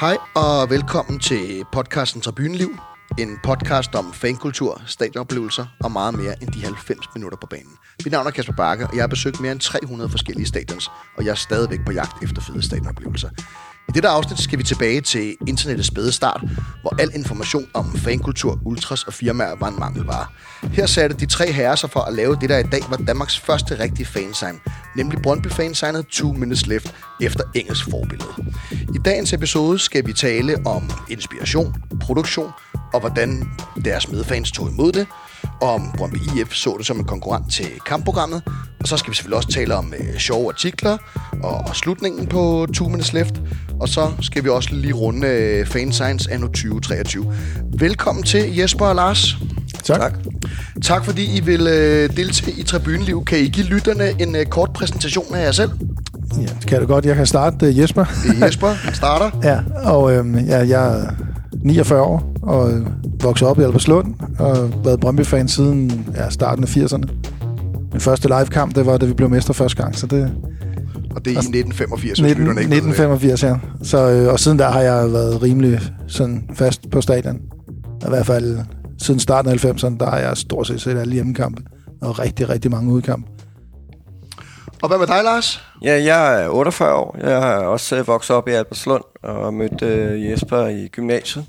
Hej og velkommen til podcasten Tribuneliv. En podcast om fankultur, stadionoplevelser og meget mere end de 90 minutter på banen. Mit navn er Kasper Bakke, og jeg har besøgt mere end 300 forskellige stadions, og jeg er stadigvæk på jagt efter fede stadionoplevelser. I dette afsnit skal vi tilbage til internettets spæde start, hvor al information om fankultur, ultras og firmaer var en mangelvare. Her satte de tre herrer sig for at lave det, der i dag var Danmarks første rigtige fansign, nemlig Brøndby-fansignet 2 Minutes Left efter engelsk forbillede. I dagens episode skal vi tale om inspiration, produktion og hvordan deres medfans tog imod det, og om Brøndby IF så det som en konkurrent til kampprogrammet. Og så skal vi selvfølgelig også tale om sjove artikler og slutningen på 2 Minutes Left. Og så skal vi også lige runde fansigns anno 2023. Velkommen til Jesper og Lars. Tak. Tak fordi I vil deltage i Tribuneliv. Kan I give lytterne en kort præsentation af jer selv? Ja, det kan du godt. Jeg kan starte, Jesper. Det er Jesper, han starter. Ja, og jeg er 49 år og vokset op i Albertslund og været Brøndby-fan siden starten af 80'erne. Min første live-kamp, det var, da vi blev mester første gang. Så det, og det er i 1985, hvis lytterne ikke 1985, ja. Så, og siden der har jeg været rimelig sådan fast på stadion. I hvert fald siden starten af 90'erne, der har jeg stort set alle hjemmekampe og rigtig, rigtig mange udkampe. Og hvad med dig, Lars? Ja, jeg er 48 år. Jeg har også vokset op i Albertslund og mødt Jesper i gymnasiet.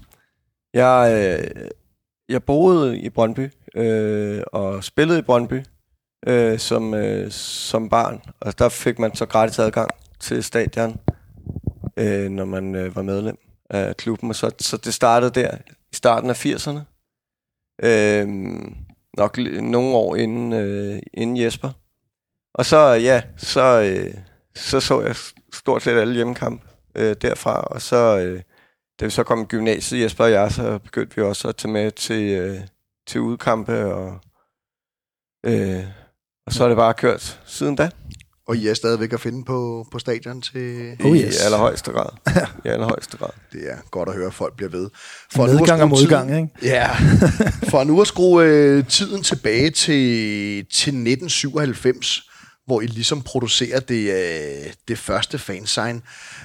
Jeg boede i Brøndby og spillede i Brøndby som barn. Og der fik man så gratis adgang til stadion, når man var medlem af klubben. Og så det startede der i starten af 80'erne. Nok nogle år inden Jesper. Og så jeg stort set alle hjemmekampe derfra. Og så, da vi så kom i gymnasiet, Jesper og jeg, så begyndte vi også at tage med til udkampe. Og så er det bare kørt siden da. Og I er stadigvæk at finde på stadion til... I allerhøjeste grad. I allerhøjeste grad. Det er godt at høre, at folk bliver ved. For nedgang og modgang, ikke? Ja. For nu at skrue tiden tilbage til 1997, hvor I ligesom producerer det første fansign.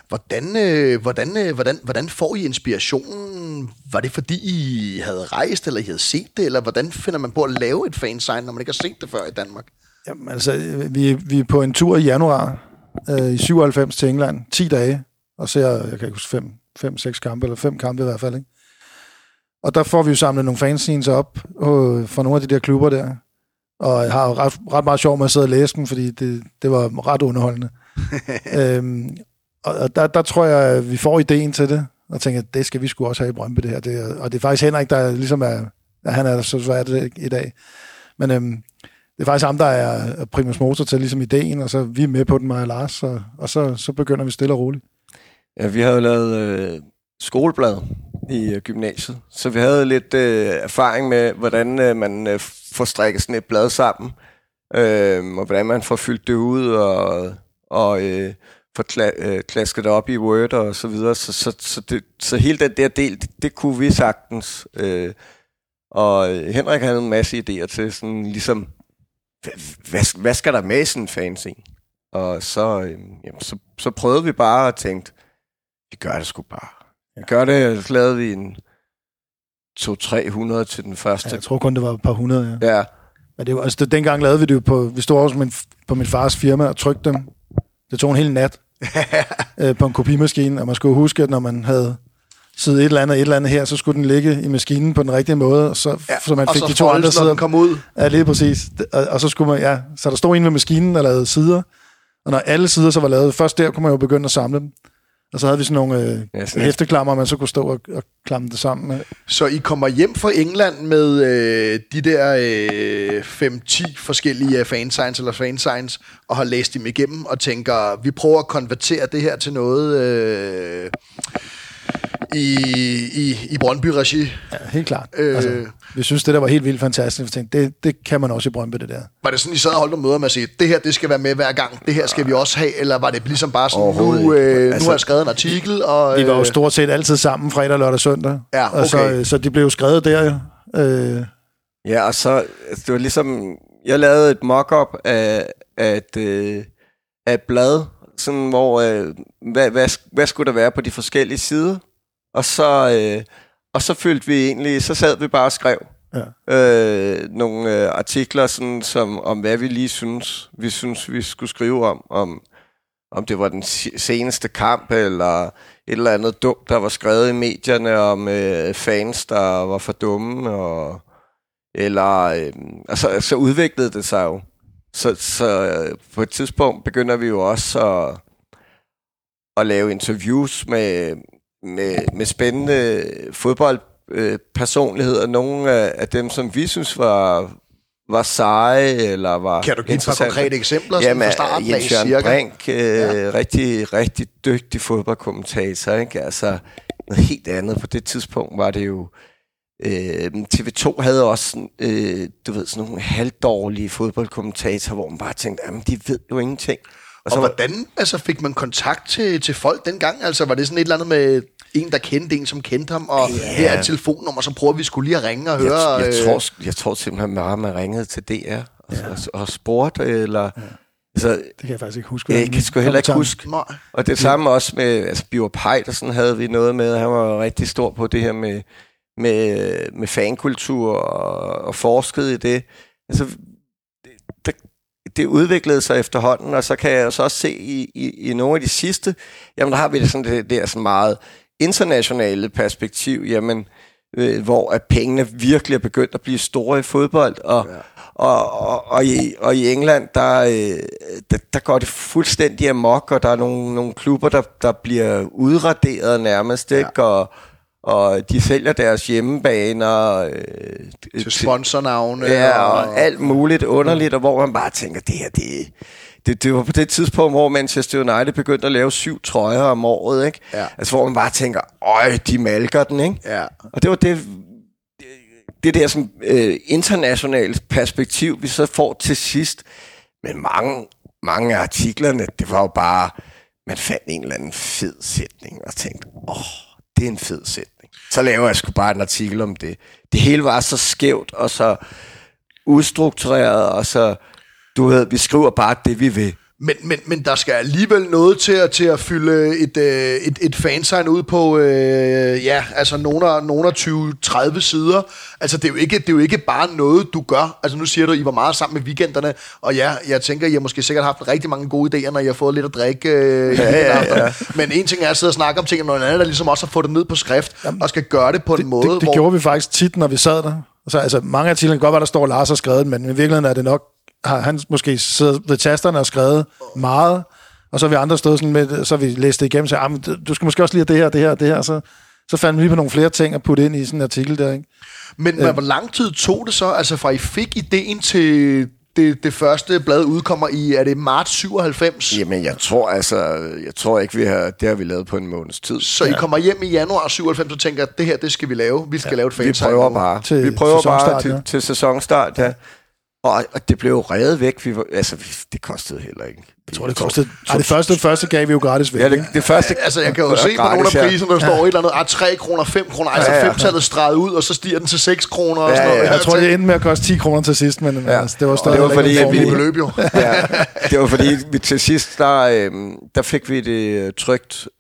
Hvordan får I inspirationen? Var det fordi I havde rejst, eller I havde set det? Eller hvordan finder man på at lave et fansign, når man ikke har set det før i Danmark? Jamen, altså, vi er på en tur i januar i 97 til England, 10 dage, og ser, jeg kan ikke huske, 5-6 kampe, eller 5 kampe i hvert fald, ikke? Og der får vi jo samlet nogle fanscenes op fra nogle af de der klubber der, og jeg har ret meget sjov med at sidde og læse dem, fordi det var ret underholdende. Og der tror jeg, at vi får ideen til det, og tænker, at det skal vi sgu også have i Brøndby, det her. Og det er faktisk Henrik, der ligesom han er så svært i dag. Men det er faktisk ham, der er primus motor til ligesom ideen, og så vi er med på den, mig og Lars, og så begynder vi stille og roligt. Ja, vi havde jo lavet skoleblad i gymnasiet, så vi havde lidt erfaring med, hvordan man får strikket sådan et blad sammen, og hvordan man får fyldt det ud, og får klasket det op i Word og så videre. Så hele den der del, det kunne vi sagtens. Og Henrik havde en masse idéer til sådan ligesom, hvad skal der med i sådan en fanzine? Og så prøvede vi bare at tænke, vi gør det sgu bare. Vi gør det, så lavede vi en 200-300 til den første. Ja, jeg tror kun, det var et par hundrede, ja. Ja. Men det var, altså, dengang lavede vi det jo vi stod også på min fars firma og trykte dem. Det tog en hel nat på en kopimaskine, og man skulle huske, at når man havde siddet et eller andet her, så skulle den ligge i maskinen på den rigtige måde, så man fik de to andre sider. Kom ud. Ja, lige præcis. Og så skulle man, så der stod en ved maskinen, der lavede sider, og når alle sider så var lavet, først der kunne man jo begynde at samle dem. Og så havde vi sådan nogle hæfteklammer, man så kunne stå og klamme det sammen med. Så I kommer hjem fra England med de der 5-10 forskellige fansigns eller fansigns, og har læst dem igennem og tænker, vi prøver at konvertere det her til noget i Brøndby-regi. Ja, helt klart. Vi synes, det der var helt vildt fantastisk. Vi tænkte, det kan man også i Brøndby, det der. Var det sådan, I sad og holdt nogle møder med at sige, det her, det skal være med hver gang, det her skal vi også have, eller var det ligesom bare sådan, nu har jeg skrevet en artikel? Og, vi var jo stort set altid sammen fredag, lørdag, søndag. Ja, okay. Og så de blev jo skrevet der. Ja, og så, det var ligesom, jeg lavede et mock-up af et blad, sådan, hvor, hvad skulle der være på de forskellige sider? Og så følte vi egentlig, så sad vi bare og skrev nogle artikler, sådan, om hvad vi lige synes, vi skulle skrive om det var den seneste kamp, eller et eller andet dumt, der var skrevet i medierne om fans, der var for dumme, så udviklede det sig jo. Så på et tidspunkt begynder vi jo også at lave interviews med spændende fodboldpersonligheder. Nogle af dem, som vi synes var seje, eller var kan du give et par konkrete eksempler fra starten af, cirka? Jens Brink, rigtig, rigtig dygtig fodboldkommentator, ikke? Altså, noget helt andet. På det tidspunkt var det jo... TV2 havde også sådan nogle halvdårlige fodboldkommentatorer, hvor man bare tænkte, jamen, de ved jo ingenting. Og hvordan fik man kontakt til folk dengang? Altså, var det sådan et eller andet med en, der kendte en, som kendte ham, og her er et telefonnummer, så prøver vi skulle lige at ringe og høre... Jeg tror simpelthen bare, man ringede til DR og spurgte, eller... Altså, det kan jeg faktisk ikke huske. Jeg kan sgu heller ikke huske. Nej. Og det samme også med Bjørn Peitersen havde vi noget med. Han var rigtig stor på det her med fankultur og forskede i det. Altså, det udviklede sig efterhånden, og så kan jeg også se i nogle af de sidste, jamen der har vi det sådan det der sådan meget internationale perspektiv, jamen hvor at pengene virkelig er begyndt at blive store i fodbold, og i England der går det fuldstændig amok, og der er nogle klubber der bliver udraderet nærmest, ikke? Og de sælger deres hjemmebaner til sponsornavne og alt muligt underligt, og hvor man bare tænker, det her, det var på det tidspunkt, hvor Manchester United begyndte at lave 7 trøjer om året, ikke? Ja. Altså hvor man bare tænker, de malker den, ikke? Ja. Og det var det der som internationalt perspektiv, vi så får til sidst. Men mange af artiklerne, det var jo bare, man fandt en eller anden fed sætning og tænkte, det er en fed sætning. Så laver jeg sgu bare en artikel om det. Det hele var så skævt og så ustruktureret, og så, du ved, vi skriver bare det, vi vil. Men der skal alligevel noget til at fylde et fansign ud på, nogle 20-30 sider. Altså, det er jo ikke bare noget, du gør. Altså, nu siger du, I var meget sammen med weekenderne, og jeg tænker, I har måske sikkert haft rigtig mange gode idéer, når I har fået lidt at drikke i weekenderne. Men en ting er at sidde og snakke om ting, og noget andet, der ligesom også har fået det ned på skrift, og skal gøre det på en måde, det gjorde vi faktisk tit, når vi sad der. Altså, mange af artiklerne kan godt være, der står, Lars har skrevet, men i virkeligheden er det nok, har han måske siddet ved tasterne og skrevet meget, og så har vi andre stået sådan med, så har vi læst det igennem og sagt, du skal måske også lige have det her, det her, så fandt vi lige på nogle flere ting at putte ind i sådan en artikel der, ikke? Men hvor lang tid tog det så, altså fra I fik ideen til det første blad udkommer i, er det marts 97? Jamen, jeg tror ikke, det har vi lavet på en måneds tid. Så I kommer hjem i januar 97 og tænker, det her, det skal vi lave. Vi skal lave et fansite. Vi prøver bare til sæsonstart, ja. Og det blev jo revet væk. Det kostede heller ikke. Jeg tror, det kostede... det første gav vi jo gratis væk. Ja, det første... Altså, jeg kan jo se på nogle af priserne, der står et eller andet, 3 kroner, 5 kroner, altså 5-tallet streget ud, og så stiger den til 6 kroner. Og sådan noget. Jeg tror, det endte med at koste 10 kroner til sidst, men altså, det var stadig... Det var fordi, vi beløb jo. Det var fordi, vi til sidst, der fik vi det trykt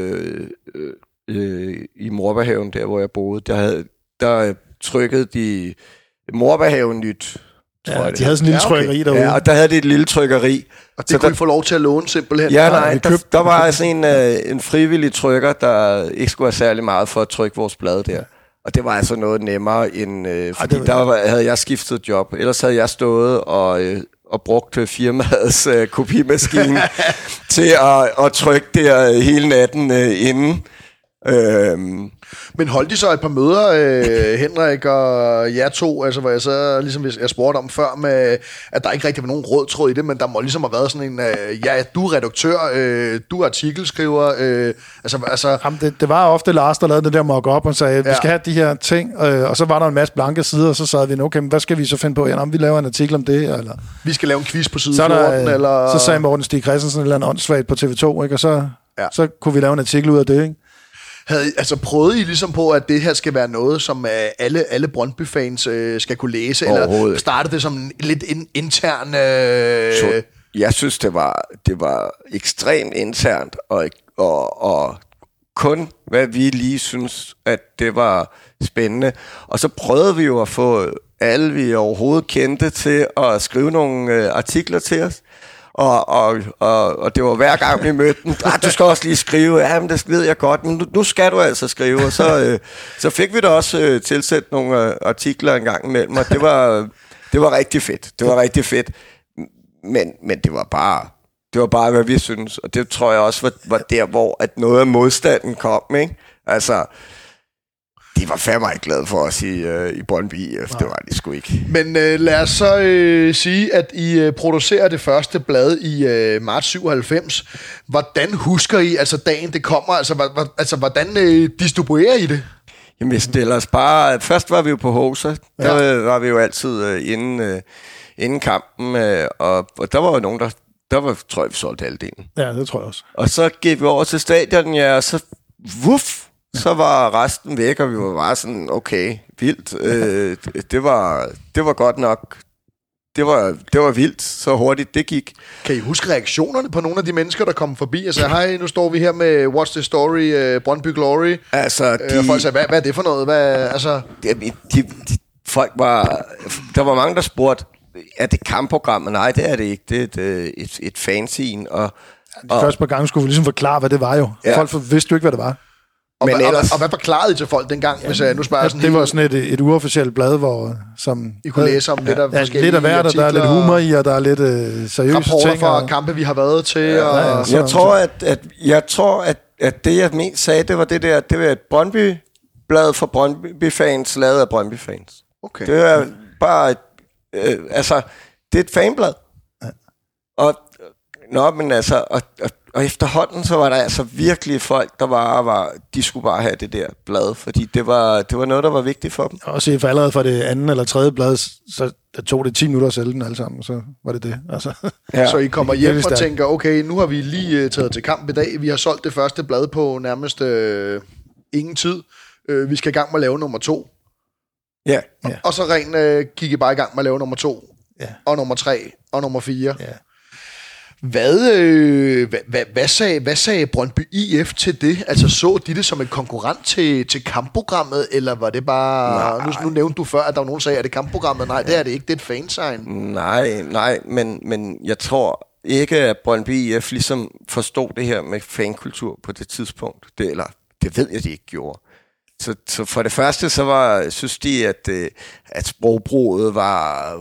i Morberghaven, der hvor jeg boede. Der trykkede de Morberghaven Nyt. Ja, de havde sådan en lille trykkeri derude. Ja, og der havde de et lille trykkeri. Og det kunne I få lov til at låne simpelthen? Ja, nej, der var altså en frivillig trykker, der ikke skulle have særlig meget for at trykke vores blad der. Og det var altså noget nemmere, end, fordi havde jeg skiftet job. Ellers havde jeg stået og brugt firmaets kopimaskine til at trykke der hele natten inden. Men holdt de så et par møder, Henrik og jer to, altså hvor jeg så, ligesom jeg spurgte om før, med, at der ikke rigtig var nogen rød tråd i det, men der må ligesom have været sådan en, du er redaktør, du er artikelskriver, Jamen, det var ofte Lars, der lavede det der mock-up og sagde, vi skal have de her ting, og så var der en masse blanke sider, og så sad vi, okay, men hvad skal vi så finde på? Ja, vi laver en artikel om det, eller... Vi skal lave en quiz på side 14, eller... Så sagde Morten Stig Christensen et eller andet åndssvagt på TV2, ikke? Og så kunne vi lave en artikel ud af det, ikke? Prøvede I ligesom på, at det her skal være noget, som alle Brøndby-fans skal kunne læse, eller startede det som lidt intern... Jeg synes, det var ekstremt internt og kun, hvad vi lige synes, at det var spændende. Og så prøvede vi jo at få alle, vi overhovedet kendte, til at skrive nogle artikler til os. Og det var hver gang, vi mødte dem, du skal også lige skrive, men det ved jeg godt, men nu skal du altså skrive. Og så fik vi da også tilsat nogle artikler en gang imellem, og det var rigtig fedt. Det var rigtig fedt, men det var bare, hvad vi synes, og det tror jeg også var der, hvor at noget af modstanden kom, ikke? Altså, de var fandme ikke glade for os i Brøndby IF. Det var de sgu ikke. Men lad os så sige, at I producerer det første blad i marts 97. Hvordan husker I altså dagen det kommer? Altså hvordan distribuerer I det? Jamen, vi stiller os bare... Først var vi jo på Hosa. Der var vi jo altid inden kampen. Og der var jo nogen, tror jeg, vi solgte halvdelen. Ja, det tror jeg også. Og så gik vi over til stadion, og så... Wuff! Så var resten væk, og vi var bare sådan, okay, vildt. Det var godt nok. Det var vildt, så hurtigt det gik. Kan I huske reaktionerne på nogle af de mennesker, der kom forbi og sagde, hej, nu står vi her med What's the Story, Brøndby Glory. Altså, og folk sagde, hvad er det for noget? Folk var... Der var mange, der spurgte, er det kampprogram? Nej, det er det ikke. Det er et fanzine. De første par gange skulle vi ligesom forklare, hvad det var jo. Ja. Folk vidste jo ikke, hvad det var. Og hvad forklarede I til folk dengang? Hvis jeg nu spørger sådan det var sådan et uofficielt blad, hvor som I kunne læse om lidt af forskellige lidt af hvert, og der er lidt humor i, og der er lidt seriøse rapporter ting. Fra kampe, vi har været til. Jeg tror, at det, jeg mest sagde, det var det der, det var et Brøndby-blad for Brøndby-fans, lavet af Brøndby-fans. Okay. Det er bare det er et fanblad. Ja. Og efterhånden, så var der altså virkelig folk, der de skulle bare have det der blad, fordi det var noget, der var vigtigt for dem. Og se, for allerede fra det andet eller tredje blad, så tog det 10 minutter at sælge den alle sammen, så var det. Altså. Ja. Så I kommer hjem og tænker, okay, nu har vi lige taget til kamp i dag, vi har solgt det første blad på nærmest ingen tid, vi skal i gang med at lave nummer 2. Ja. Og så gik I bare i gang med at lave nummer 2, og nummer 3, og nummer 4. Ja. Hvad sagde Brøndby IF til det? Altså så de det som en konkurrent til kampprogrammet, eller var det bare... Nu nævnte du før, at der var nogen, der sagde, at det er kampprogrammet. Nej, det er det ikke. Det er et fansign. Nej, men jeg tror ikke, at Brøndby IF ligesom forstod det her med fankultur på det tidspunkt. Det ved jeg, de ikke gjorde. Så for det første, så synes de, at sprogbruget var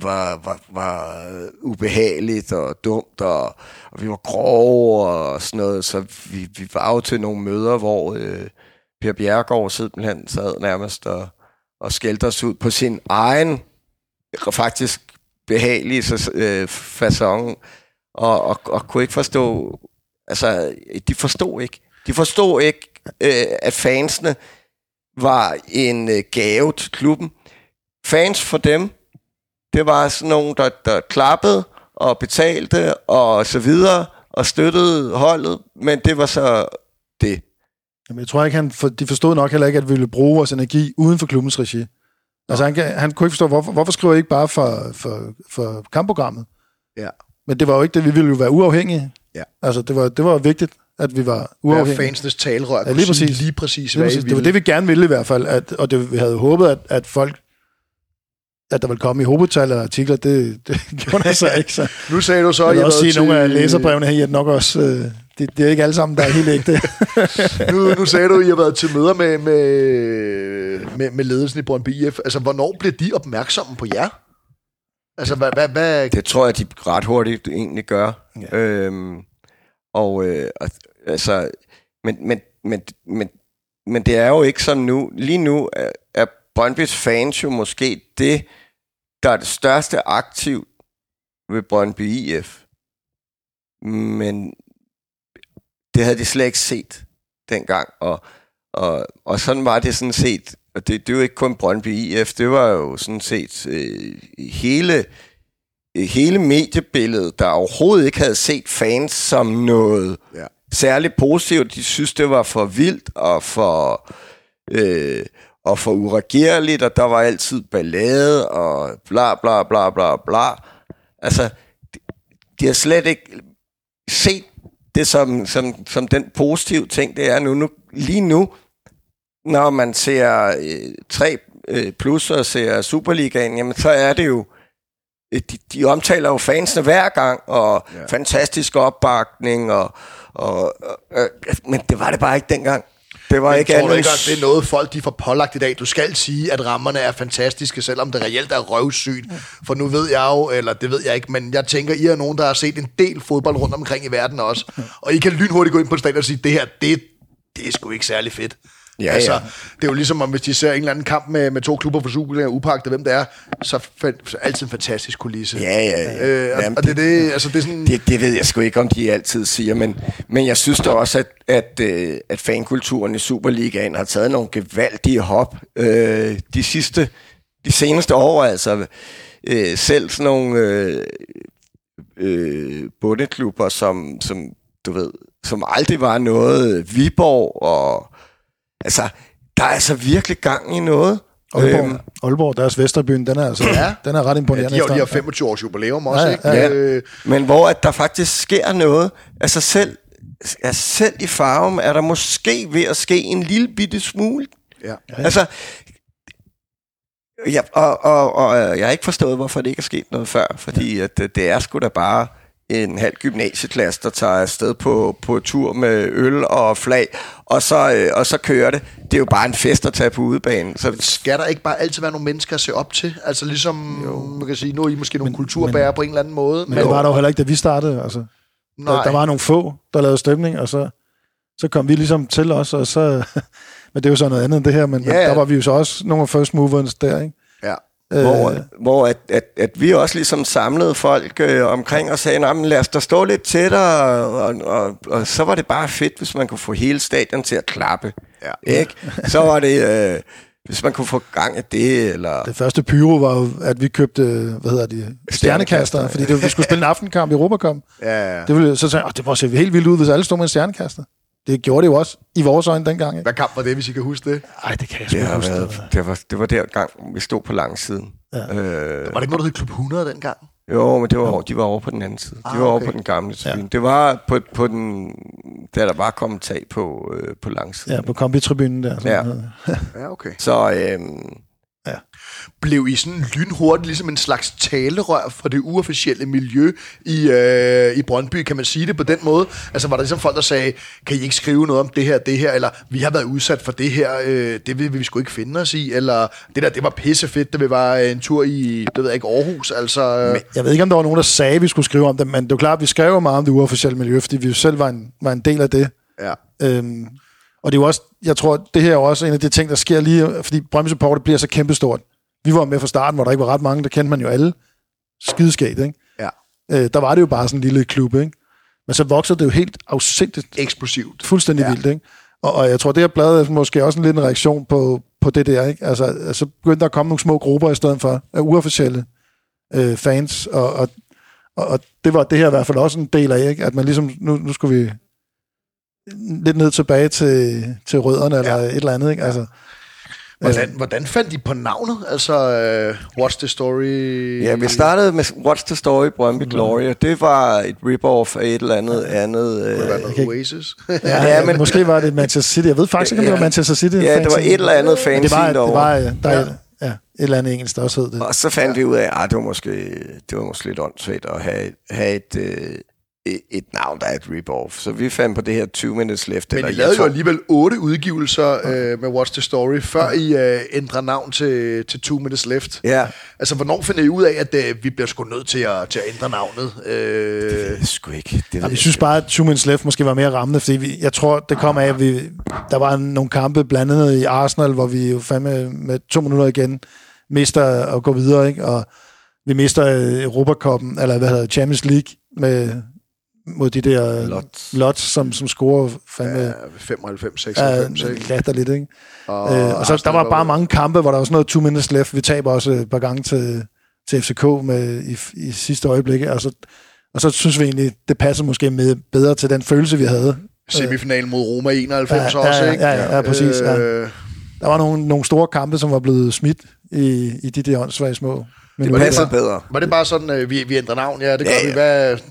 ubehageligt og dumt, og vi var grove og sådan noget. Så vi var jo til nogle møder, hvor Per Bjerregaard simpelthen sad nærmest og skældte os ud på sin egen, faktisk behagelige facon, og kunne ikke forstå, altså, de forstod ikke, at fansene var en gave til klubben. Fans for dem, det var sådan nogen, der klappede og betalte og så videre, og støttede holdet, men det var så det. Jamen, jeg tror ikke, de forstod nok heller ikke, at vi ville bruge vores energi uden for klubbens regi. Altså, han kunne ikke forstå, hvorfor skriver jeg ikke bare for kampprogrammet? Ja. Men det var jo ikke det, vi ville jo være uafhængige. Ja. Altså, det var vigtigt, at vi var uafhængige. Hver fansenes talerør kunne sige lige præcis, hvad I ville. Det var det, vi gerne ville i hvert fald, og vi havde håbet, at folk, at der ville komme i hovedtal og artikler, det gjorde der så ikke. Så. Nu sagde du så, at jeg også sige, nogle af læserbrevene her, nok også, det er ikke alle sammen, der er helt ægte. nu sagde du, at I har været til møder med ledelsen i Brøndby IF. Altså, hvornår blev de opmærksomme på jer? Altså, hvad? Det tror jeg, de ret hurtigt egentlig gør. Ja. Altså, men det er jo ikke sådan nu. Lige nu er Brøndbys fans jo måske det, der er det største aktiv ved Brøndby IF. Men det havde de slet ikke set dengang. Og sådan var det sådan set. Og det er jo ikke kun Brøndby IF, det var jo sådan set hele mediebilledet, der overhovedet ikke havde set fans som noget særligt positivt. De synes, det var for vildt og for uregerligt, og der var altid ballade og bla bla bla bla bla. Altså, de har slet ikke set det som den positive ting, det er lige nu, når man ser 3 plus og ser Superligaen, jamen så er det jo, de omtaler jo fansene hver gang, og fantastisk opbakning, men det var det bare ikke dengang. Det var men ikke tror du ikke, at det er noget, folk de får pålagt i dag? Du skal sige, at rammerne er fantastiske, selvom det reelt er røvsygt. For nu ved jeg jo, eller det ved jeg ikke, men jeg tænker, I er nogen, der har set en del fodbold rundt omkring i verden også. Og I kan lynhurtigt gå ind på stadion og sige, det her, det er sgu ikke særlig fedt. Ja, altså, det er jo ligesom, om hvis de ser en eller anden kamp med 2 klubber for Superligaen og upagtet, hvem det er, så altid en fantastisk kulisse. Ja. Og det er sådan... Det ved jeg sgu ikke, om de altid siger, men jeg synes da også, at fankulturen i Superligaen har taget nogle gevaldige hop de seneste år, altså selv sådan nogle bondeklubber, som du ved, som aldrig var Viborg, og altså, der er altså virkelig gang i noget. Aalborg, deres Vesterbyen, den er altså den er ret imponerende. Ja, de har 25 års jubilæum også, ikke? Ja. Men hvor at der faktisk sker noget, altså selv i Farum er der måske ved at ske en lille bitte smule. Ja. Altså, og jeg har ikke forstået, hvorfor det ikke er sket noget før, fordi at det er sgu da bare en halv gymnasieklasse, der tager afsted på tur med øl og flag, og så kører det. Det er jo bare en fest at tage på udebanen. Så skal der ikke bare altid være nogle mennesker at se op til? Altså ligesom, man kan sige, nu er I måske nogle kulturbærere på en eller anden måde. Men det var der jo heller ikke, da vi startede. Altså. Der var nogle få, der lavede stemning, og så kom vi ligesom til os, og så... men det er jo så noget andet end det her, men der var vi jo så også nogle af first movers der, ikke? Ja. Hvor at vi også ligesom samlede folk omkring og sagde, nej, men lad os da stå lidt tættere, og så var det bare fedt, hvis man kunne få hele stadion til at klappe. Ja. Ikke? Så var det, hvis man kunne få gang i det, eller... Det første pyro var jo, at vi købte, stjernekaster, fordi vi skulle spille en aftenkamp i Europacup. Ja. Det ville så sige, det må se helt vildt ud, hvis alle stod med en stjernekaster. Det gjorde det jo også i vores øjne dengang. Ikke? Hvad kamp var det, hvis I kan huske det? Nej, det kan jeg sgu ikke huske. Det var der gang, vi stod på langsiden. Ja. Var det ikke noget, der hed Klub 100 dengang? Jo, men de var over på den anden side. De var over på den gamle tribune. Ja. Det var på den, der var kommet tag på langsiden. Ja, på kombitribunen der. Ja, okay. Så... Blev I sådan lynhurtigt ligesom en slags talerør for det uofficielle miljø i Brøndby? Kan man sige det på den måde? Altså var der ligesom folk, der sagde, kan I ikke skrive noget om det her, eller vi har været udsat for det her, det vil vi sgu ikke finde os i, eller det var pissefedt, da vi var en tur i, det ved jeg ikke, Aarhus, altså... Jeg ved ikke, om der var nogen, der sagde, at vi skulle skrive om det, men det er klart, at vi skrev meget om det uofficielle miljø, fordi vi jo selv var en del af det. Ja. Og det er jo også, jeg tror, det her er også en af de ting, der sker lige, fordi Brøndby Support bliver så kæmpestort. Vi var med fra starten, hvor der ikke var ret mange, der kendte man jo alle. Skideskægt, ikke? Ja. Der var det jo bare sådan en lille klub, ikke? Men så voksede det jo helt afsindigt. Eksplosivt. Fuldstændig vildt, ikke? Og jeg tror, det her blad er måske også en lidt en reaktion på det der, ikke? Altså, så begyndte der at komme nogle små grupper i stedet for af uofficielle fans, og det var det her i hvert fald også en del af, ikke? At man ligesom, nu skulle vi lidt ned tilbage til rødderne, eller et eller andet, ikke? Altså... Hvordan fandt I på navnet? Altså, What's the Story? Ja, vi startede med What's the Story, Brøndby Glory, og det var et rip-off af et eller andet... Oasis? ja, men måske var det Manchester City. Jeg ved faktisk ikke, om det var Manchester City. Ja, det var et eller andet fancy derovre. Det var et eller andet engelsk, der også hed det. Og så fandt vi ud af, at det var måske lidt åndssvagt at have et navn, der er et rip-off. Så vi fandt på det her 2 Minutes Left. Men I lavede jo alligevel 8 udgivelser med What's the Story, før I ændrer navn til 2 Minutes Left. Ja. Altså, hvornår finder I ud af, at vi bliver sgu nødt til at ændre navnet? Det ved jeg sgu ikke. Jeg synes bare, at 2 Minutes Left måske var mere rammende, fordi jeg tror, det kom af, at der var nogle kampe blandt andet i Arsenal, hvor vi jo fandme med 2 minutter igen mister at gå videre, ikke? Og vi mister Europacupen, eller Champions League mod de der lots som scorer fandme 95-96. Latterligt, ikke? Og så der var bare mange kampe, hvor der var sådan noget 2 minutes left. Vi taber også et par gange til FCK i sidste øjeblik. Og så synes vi egentlig, det passer måske bedre til den følelse, vi havde. Semifinalen mod Roma 91 også, ikke? Ja, præcis. Der var nogle store kampe, som var blevet smidt i de der åndssvage små. Det passer bedre. Var det bare sådan, vi ændrer navn? Ja, det gør vi.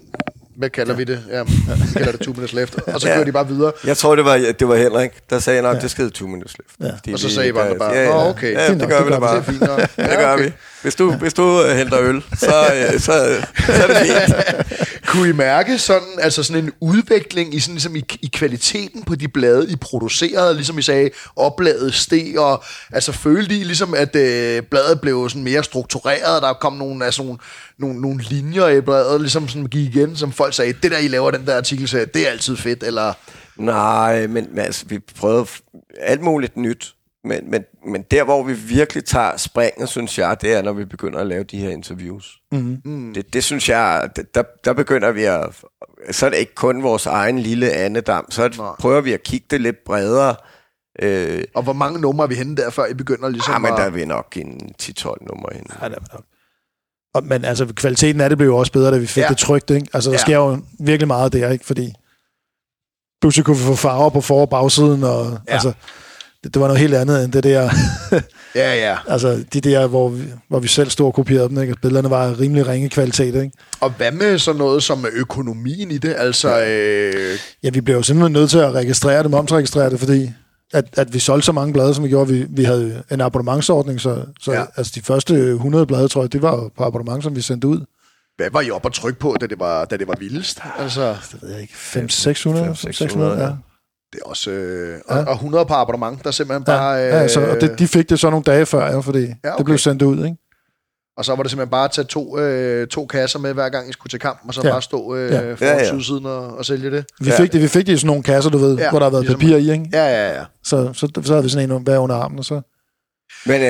hvad kalder vi det? Ja, vi kalder det 2 minutes left. Og så kører de bare videre. Jeg tror, det var Henrik, der sagde, at det skal 2 minutes left. Og så sagde I bare, okay. Ja, det gør vi da bare. Det er fint nok. Ja, det gør vi. Hvis du henter øl, så er det fint. Kunne I mærke sådan en udvikling i, sådan, ligesom i kvaliteten på de blade, I producerede? Ligesom I sagde, oplaget steg, og altså følte I ligesom, at bladet blev sådan mere struktureret, der kom nogle linjer i bladet, ligesom sådan gik igen, som folk sagde, det der I laver den der artikelserie, det er altid fedt, eller? Nej, men altså, vi prøvede alt muligt nyt. Men der, hvor vi virkelig tager springet, synes jeg, det er, når vi begynder at lave de her interviews. Mm. Det synes jeg, der begynder vi at... Så er det ikke kun vores egen lille andedam, så prøver vi at kigge det lidt bredere. Og hvor mange numre er vi henne der, før I begynder ligesom men der er vi nok en 10-12 numre henne. Ja, der er nok. Men altså, kvaliteten af det blev jo også bedre, da vi fik det trykt, ikke? Altså, der sker jo virkelig meget der, ikke? Fordi pludselig kunne vi få farver på for- og bagsiden, og altså... Det var noget helt andet end det der... ja. Altså, de der, hvor vi selv stod og kopierede dem, ikke? Billederne var rimelig ringe kvalitet, ikke? Og hvad med sådan noget som økonomien i det? Altså... Ja, vi blev jo simpelthen nødt til at registrere det, momsregistrere det, fordi at vi solgte så mange blade, som vi gjorde. Vi havde en abonnementsordning, så altså de første 100 blade, tror jeg, det var på abonnement, som vi sendte ud. Hvad var I oppe at trykke på, da det var vildest? Altså... Det ved jeg ikke. 500-600, ja. Det er også... Og 100 på abonnement, der simpelthen bare... og de fik det så nogle dage før, fordi det blev sendt ud, ikke? Og så var det simpelthen bare at tage to kasser med, hver gang I skulle til kampen, og så bare stå foran sydsiden og sælge det. Vi fik det i sådan nogle kasser, du ved, hvor der har været ligesom papir i, ikke? Ja. Så havde vi sådan en hver under armen, og så... Men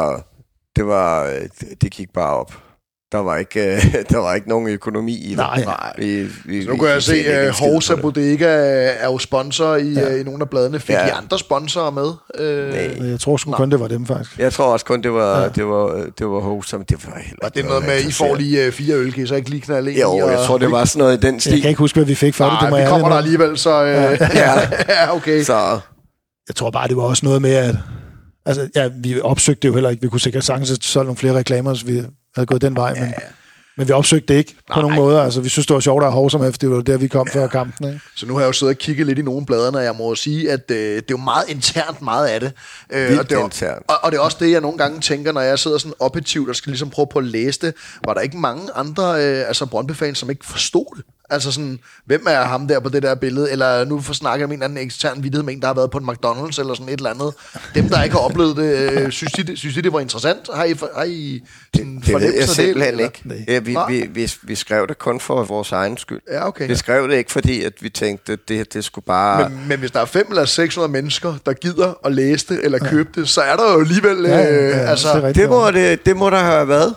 det gik bare op. Der var ikke nogen økonomi i det. Nej. Nu kan jeg se, at Horsa Bodega er jo sponsor i nogle af bladene. Fik I andre sponsorer med? Nej. Jeg tror sgu kun, det var dem, faktisk. Jeg tror også kun, det var Horsa, men det var heller. Var det noget med, I får lige 4 øl, kan I så ikke lige knalde en? Jo, jeg tror, det var sådan noget i den stil. Jeg kan ikke huske, hvad vi fik for det. Nej, vi kommer der alligevel, så... Ja, okay. Så... Jeg tror bare, det var også noget med, at... Altså, vi opsøgte det jo heller ikke. Vi kunne sikkert sagtens solgt nogle flere reklamer, så vi havde gået den vej, men vi opsøgte det ikke på nogen måder. Altså, vi synes, det var sjovt at have som efter, det var der, vi kom før kampen. Ikke? Så nu har jeg jo siddet og kigget lidt i nogle bladerne, og jeg må sige, at det er jo meget internt, meget af det. Og det er også det, jeg nogle gange tænker, når jeg sidder sådan objektivt og skal ligesom prøve på at læse det. Var der ikke mange andre Brøndby-fans, som ikke forstod det? Altså sådan, hvem er ham der på det der billede? Eller nu får snakket om en eller anden ekstern vittighed med en, der har været på en McDonald's eller sådan et eller andet. Dem, der ikke har oplevet det, synes I det var interessant? Har I det ved jeg simpelthen ikke. Vi skrev det kun for vores egen skyld. Ja, okay. Vi skrev det ikke, fordi at vi tænkte, at det skulle bare... Men hvis der er 500 eller 600 mennesker, der gider at læse det eller købe det, så er der jo alligevel... Det må der have været.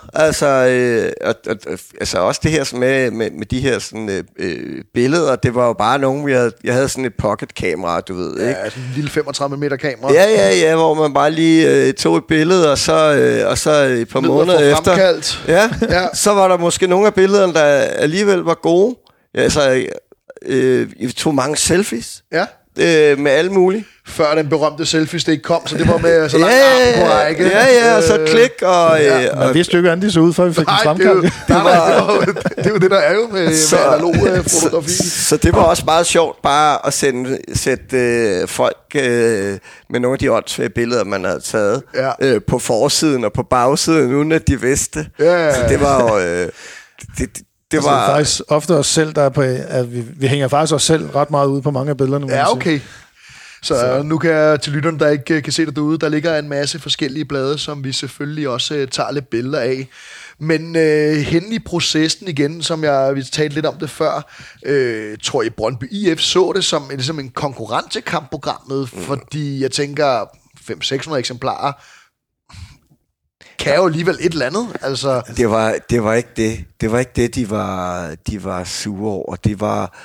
Altså også det her med de her sådan, billeder, det var jo bare nogen, jeg havde sådan et pocket-kamera, du ved, ikke? Ja, sådan en lille 35 meter kamera. Ja, hvor man bare lige tog et billede, og så et par måneder efter, så var der måske nogle af billederne, der alligevel var gode. Altså, vi tog mange selfies. Ja. Med alle mulige. Før den berømte selfie-stik kom, så det var med så langt arm på række. Ja, og så klik og... Man vidste jo ikke, hvordan de så ud, før vi fik den fremkaldt. Det er jo det, der er jo med analog fotografi. Så det var også meget sjovt bare at sætte folk med nogle af de åndssvage billeder, man havde taget på forsiden og på bagsiden, uden at de vidste. Ja. Så det var jo... Det var faktisk ofte os selv, der er på, at vi hænger faktisk os selv ret meget ude på mange af billederne. Ja, okay. Så nu kan jeg til lytterne, der ikke kan se det derude, der ligger en masse forskellige blade, som vi selvfølgelig også tager lidt billeder af. Men henne i processen igen, som vi talte lidt om det før, tror jeg Brøndby IF så det som en konkurrent til kampprogrammet, fordi jeg tænker 500-600 eksemplarer, kan jo alligevel et eller andet. Altså. Det var ikke det. Det var ikke det, de var sure over. Det var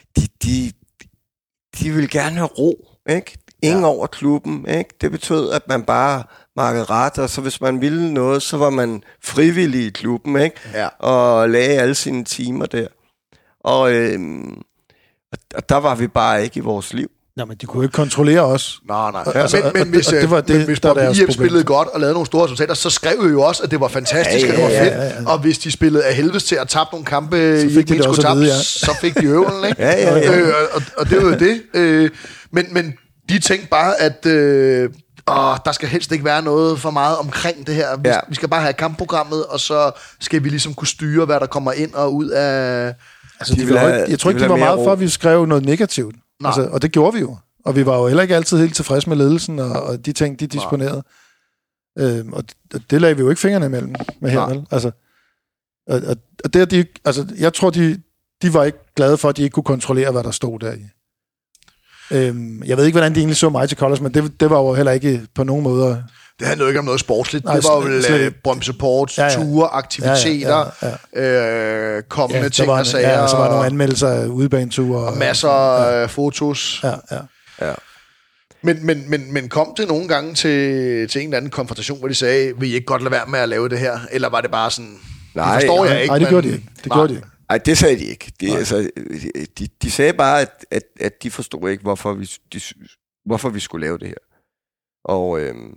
de ville gerne have ro, ikke? Ingen over klubben, ikke? Det betød, at man bare markede ret, og så hvis man ville noget, så var man frivillig i klubben, ikke? Ja. Og lagde alle sine timer der. Og der var vi bare ikke i vores liv. Nej, men de kunne ikke kontrollere os. Nej. Altså, Men hvis Brøndby IF spillede godt og lavede nogle store resultater, så skrev vi jo også, at det var fantastisk, at det var fedt. Ja. Og hvis de spillede af helvedes til at tabe nogle kampe, så fik de det også at vide, så fik de øvlen, ikke? Ja. Og det var jo det. Men de tænkte bare, at der skal helst ikke være noget for meget omkring det her. Vi skal bare have kampprogrammet, og så skal vi ligesom kunne styre, hvad der kommer ind og ud af... Altså, jeg tror ikke, de var meget for, at vi skrev noget negativt. Altså, og det gjorde vi jo. Og vi var jo heller ikke altid helt tilfredse med ledelsen, og de ting, de disponerede. Og det lagde vi jo ikke fingrene imellem med her, vel? Altså, og det, jeg tror, de var ikke glade for, at de ikke kunne kontrollere, hvad der stod der i. Jeg ved ikke, hvordan de egentlig så mig til Colors, men det var jo heller ikke på nogen måde... Det handlede ikke om noget sportsligt. Nej, det var jo Brøndby Support, ture, aktiviteter, kommende ting og sager. Ja, så var der nogle anmeldelser af udebaneture. Og masser af fotos. Ja. Men kom det nogle gange til en eller anden konfrontation, hvor de sagde, vil I ikke godt lade være med at lave det her? Eller var det bare sådan, nej, det forstår jeg ikke? Nej, det gjorde de ikke. Nej, det sagde de ikke. De sagde bare, at de forstod ikke, hvorfor vi skulle lave det her. Og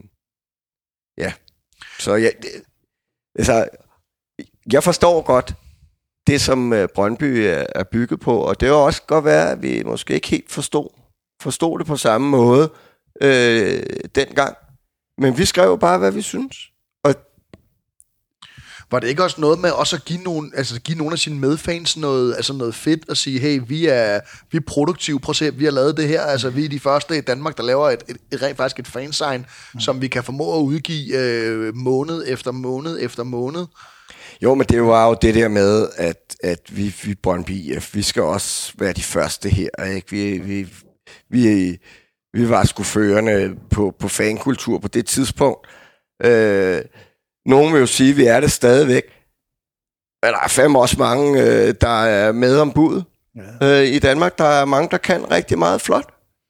så jeg forstår godt det, som Brøndby er bygget på, og det var også godt være, at vi måske ikke helt forstod det på samme måde dengang. Men vi skrev bare, hvad vi synes. Og var det ikke også noget med også at give nogle af sine medfans noget fedt og sige, hey, vi er produktive, prøv at se, vi har lavet det her, altså vi er de første i Danmark, der laver rent faktisk et fansign, som vi kan formå at udgive måned efter måned efter måned. Jo, men det var jo det der med, at vi Brøndby IF, vi skal også være de første her, ikke? Vi var sgu førende på fankultur på det tidspunkt. Nogen vil jo sige, at vi er det stadigvæk. Men der er fandme også mange, der er med om budet i Danmark. Der er mange, der kan rigtig meget flot.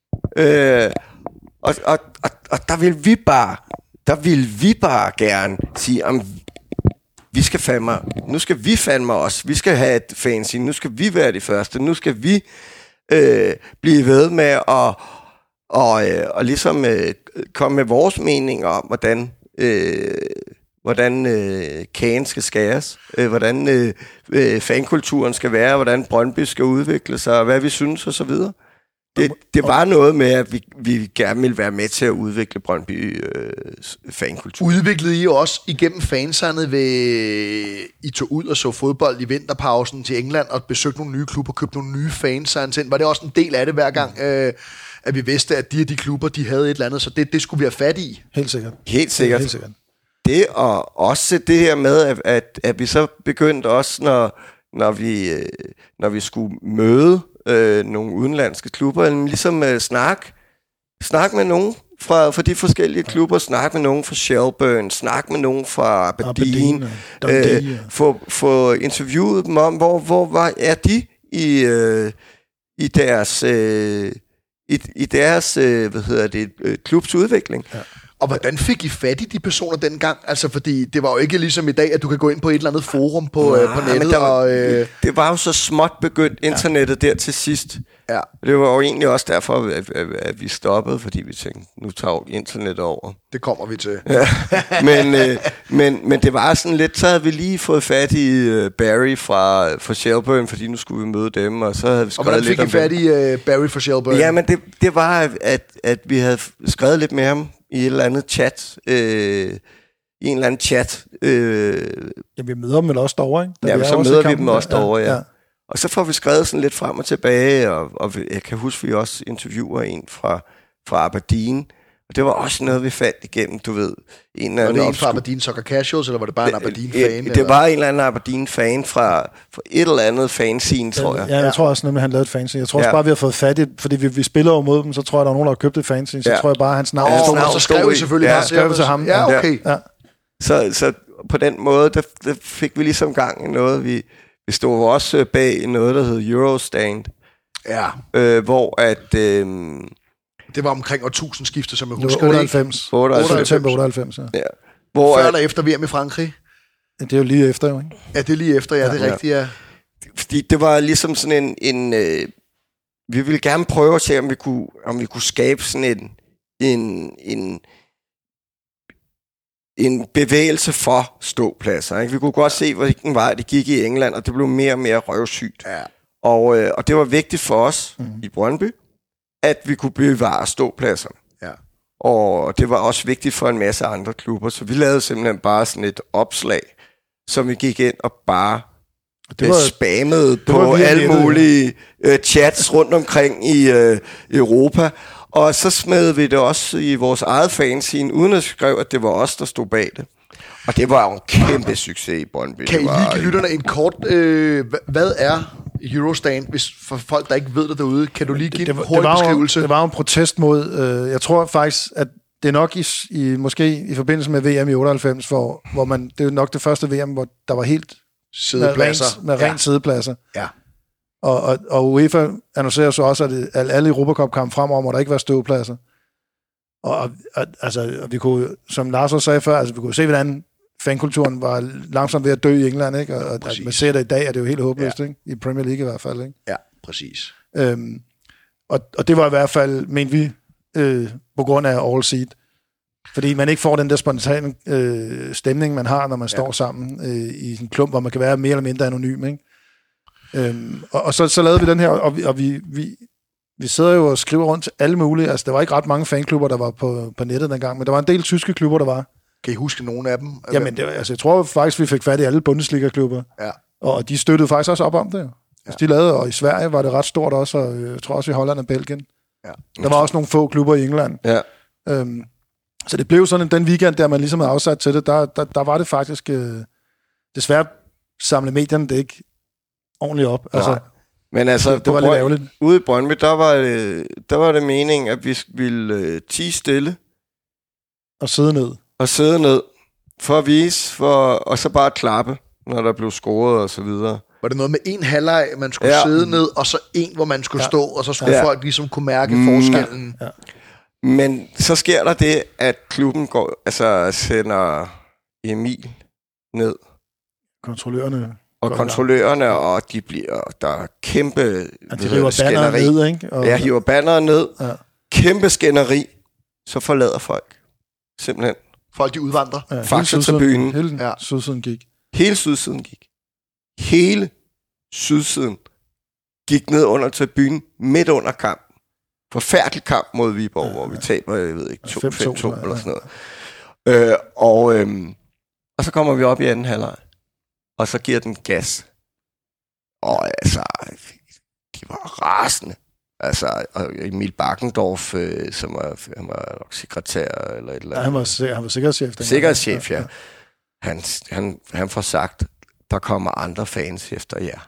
Og der vil vi bare gerne sige, om vi skal nu skal vi fandme os. Vi skal have et fancy. Nu skal vi være de første. Nu skal vi blive ved med og ligesom komme med vores mening om, hvordan kagen skal skæres, hvordan fankulturen skal være, hvordan Brøndby skal udvikle sig, og hvad vi synes, og så videre. Det var noget med, at vi gerne ville være med til at udvikle Brøndby fankultur. Udviklede I også igennem fansandet I tog ud og så fodbold i vinterpausen til England og besøgte nogle nye klubber og købte nogle nye fansands ind? Var det også en del af det hver gang, at vi vidste, at de klubber, de havde et eller andet, så det skulle vi have fat i? Helt sikkert. Helt sikkert. Det og også det her med, at vi så begyndte også, når vi skulle møde nogle udenlandske klubber, ligesom snak med nogen fra de forskellige klubber, snak med nogen fra Shelburne, snak med nogen fra Aberdeen, få interviewet dem om, hvor er de i deres klubs udvikling. Ja. Og hvordan fik I fat i de personer dengang? Altså, fordi det var jo ikke ligesom i dag, at du kan gå ind på et eller andet forum på nettet. Det var jo så småt begyndt internettet der til sidst. Ja. Det var jo egentlig også derfor, at vi stoppede, fordi vi tænkte, nu tager internet over. Det kommer vi til. Ja. Men det var sådan lidt, så havde vi lige fået fat i Barry fra Shelburne, fordi nu skulle vi møde dem, og så havde vi skrevet lidt om. Og hvordan fik I fat i Barry fra Shelburne? Ja, men det var, at vi havde skrevet lidt med ham i et eller andet chat. I en eller anden chat. Ja, vi møder dem vel også derovre, ikke? Ja, så møder vi dem også derovre, ja. Og så får vi skrevet sådan lidt frem og tilbage, og jeg kan huske, at vi også interviewer en fra Aberdeen. Og det var også noget, vi fandt igennem, du ved. Var det en fra Aberdeen Soccer Casuals, eller var det bare en Aberdeen-fan? Det var en eller anden Aberdeen-fan fra et eller andet fanscene, tror jeg. Ja, jeg tror også nemlig, han lavede et fanscene. Jeg tror også bare, vi har fået fat i, fordi vi spiller jo mod dem, så tror jeg, der er nogen, der har købt et fanscene. Så tror jeg bare, hans navn stod. Og så skrev vi selvfølgelig til ham. Ja, okay. Ja. Så på den måde, der fik vi ligesom gang i noget. Vi stod også bag noget, der hed Eurostand. Ja. Hvor at... det var omkring årtusindskiftet, som jeg husker. 98. 98, ja. Hvor før eller efter VM i Frankrig? Ja, det er jo lige efter, jo, ikke? Ja, det er lige efter, ja, det er rigtigt, ja. Fordi det var ligesom sådan vi ville gerne prøve at se, om vi kunne skabe sådan en bevægelse for ståpladser. Ikke? Vi kunne godt se, hvilken vej det gik i England, og det blev mere og mere røvsygt. Ja. Og det var vigtigt for os i Brøndby, at vi kunne bevare ståpladserne. Ja. Og det var også vigtigt for en masse andre klubber, så vi lavede simpelthen bare sådan et opslag, som vi gik ind og bare spammede på alle mulige chats rundt omkring i Europa. Og så smed vi det også i vores eget fanzine, uden at skrive, at det var os, der stod bag det. Og det var jo en kæmpe succes i Brøndby. Kan I lige give lytterne en kort... hvad er Eurostand, hvis for folk, der ikke ved det derude? Kan du lige give en hurtig beskrivelse? Det var jo en protest mod... jeg tror faktisk, at det er nok måske i forbindelse med VM i 98, hvor man... Det er nok det første VM, hvor der var helt... Sædepladser. Med rent sædepladser. Ja. Og UEFA annoncerer så også, at alle Europacup-kampe fremover må der ikke være ståpladser. Og vi kunne, som Lars også sagde før, vi kunne se, hvordan fankulturen var langsomt ved at dø i England, ikke? Og man ser det i dag, er det jo helt håbløst, ikke? I Premier League i hvert fald, ikke? Ja, præcis. Og det var i hvert fald, mente vi, på grund af All Seed. Fordi man ikke får den der spontane stemning, man har, når man står sammen i en klump, hvor man kan være mere eller mindre anonym, ikke? Og så lavede vi den her, og vi sidder jo og skriver rundt til alle mulige. Altså, der var ikke ret mange fanklubber, der var på nettet dengang, men der var en del tyske klubber, der var. Kan I huske nogle af dem? Jamen, jeg tror faktisk, vi fik fat i alle Bundesliga-klubber. Ja. Og de støttede faktisk også op om det. Altså, de lavede, og i Sverige var det ret stort også, og jeg tror også i Holland og Belgien. Ja. Der var også nogle få klubber i England. Ja. Så det blev sådan, den weekend, der man ligesom havde afsat til det, der var det faktisk desværre samle medierne det ikke ordentligt op. Altså, men altså, det var lidt ærgerligt. Ude i Brøndby, der var det meningen, at vi ville tie stille. Og sidde ned. For at vise, og så bare klappe, når der blev scoret og så videre. Var det noget med en halvleg, man skulle sidde ned, og så en, hvor man skulle stå, og så skulle folk ligesom kunne mærke forskellen? Ja. Men så sker der det, at klubben sender Emil ned. Kontrollørerne, og der er kæmpe de river banneret ned, ikke? Hiver banneret ned. Ja. Kæmpe skænderi. Så forlader folk. Simpelthen. Folk, de udvandrer. Ja, Faxe-tribunen. Hele sydsiden gik. Hele sydsiden gik ned under tribunen, midt under kampen. Forfærdelig kamp mod Viborg, hvor vi taber, jeg ved ikke, 2-5-2 eller sådan noget. Og så kommer vi op i anden halvleg, og så giver den gas. Og altså, de var rasende. Altså, Emil Backendorf, som han var nok sekretær eller et eller andet. Ja, han var sikkerhedschef. Sikkerhedschef, ja. Han får sagt, der kommer andre fans efter jer.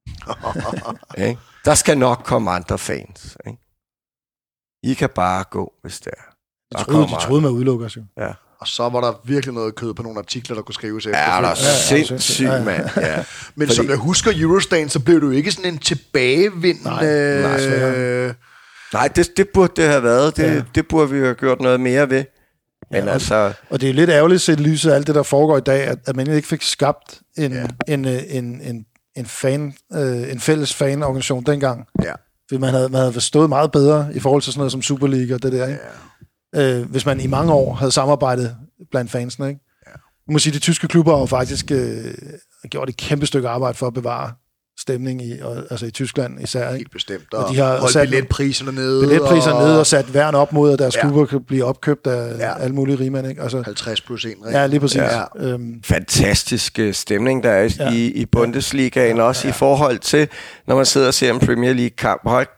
Der skal nok komme andre fans, ikke? I kan bare gå, hvis det er. De troede med at udelukke os jo. Ja. Og så var der virkelig noget kød på nogle artikler, der kunne skrives efter. Ja, der er sindssygt, mand. Ja. Men som jeg husker Eurostand, så blev det jo ikke sådan en tilbagevindende... Nej, det burde det have været. Det burde vi have gjort noget mere ved. Men altså... Og det er lidt ærgerligt set lyset af alt det, der foregår i dag, at man ikke fik skabt en fælles fanorganisation dengang. Ja. Fordi man havde stået meget bedre i forhold til sådan noget som Superliga og det der, ikke? Ja. Hvis man i mange år havde samarbejdet blandt fansene, ikke? Ja. Jeg må sige, de tyske klubber har jo faktisk gjort et kæmpe stykke arbejde for at bevare stemning i Tyskland især, ikke? Helt bestemt. Og de har holdt billetpriserne nede. Og sat værn op mod, at deres klubber kan blive opkøbt af alle mulige rigmænd, ikke? Altså, 50+1. Ja, lige præcis. Ja. Fantastisk stemning, der er i Bundesligaen, også i forhold til, når man sidder og ser en Premier League-kamp. Hold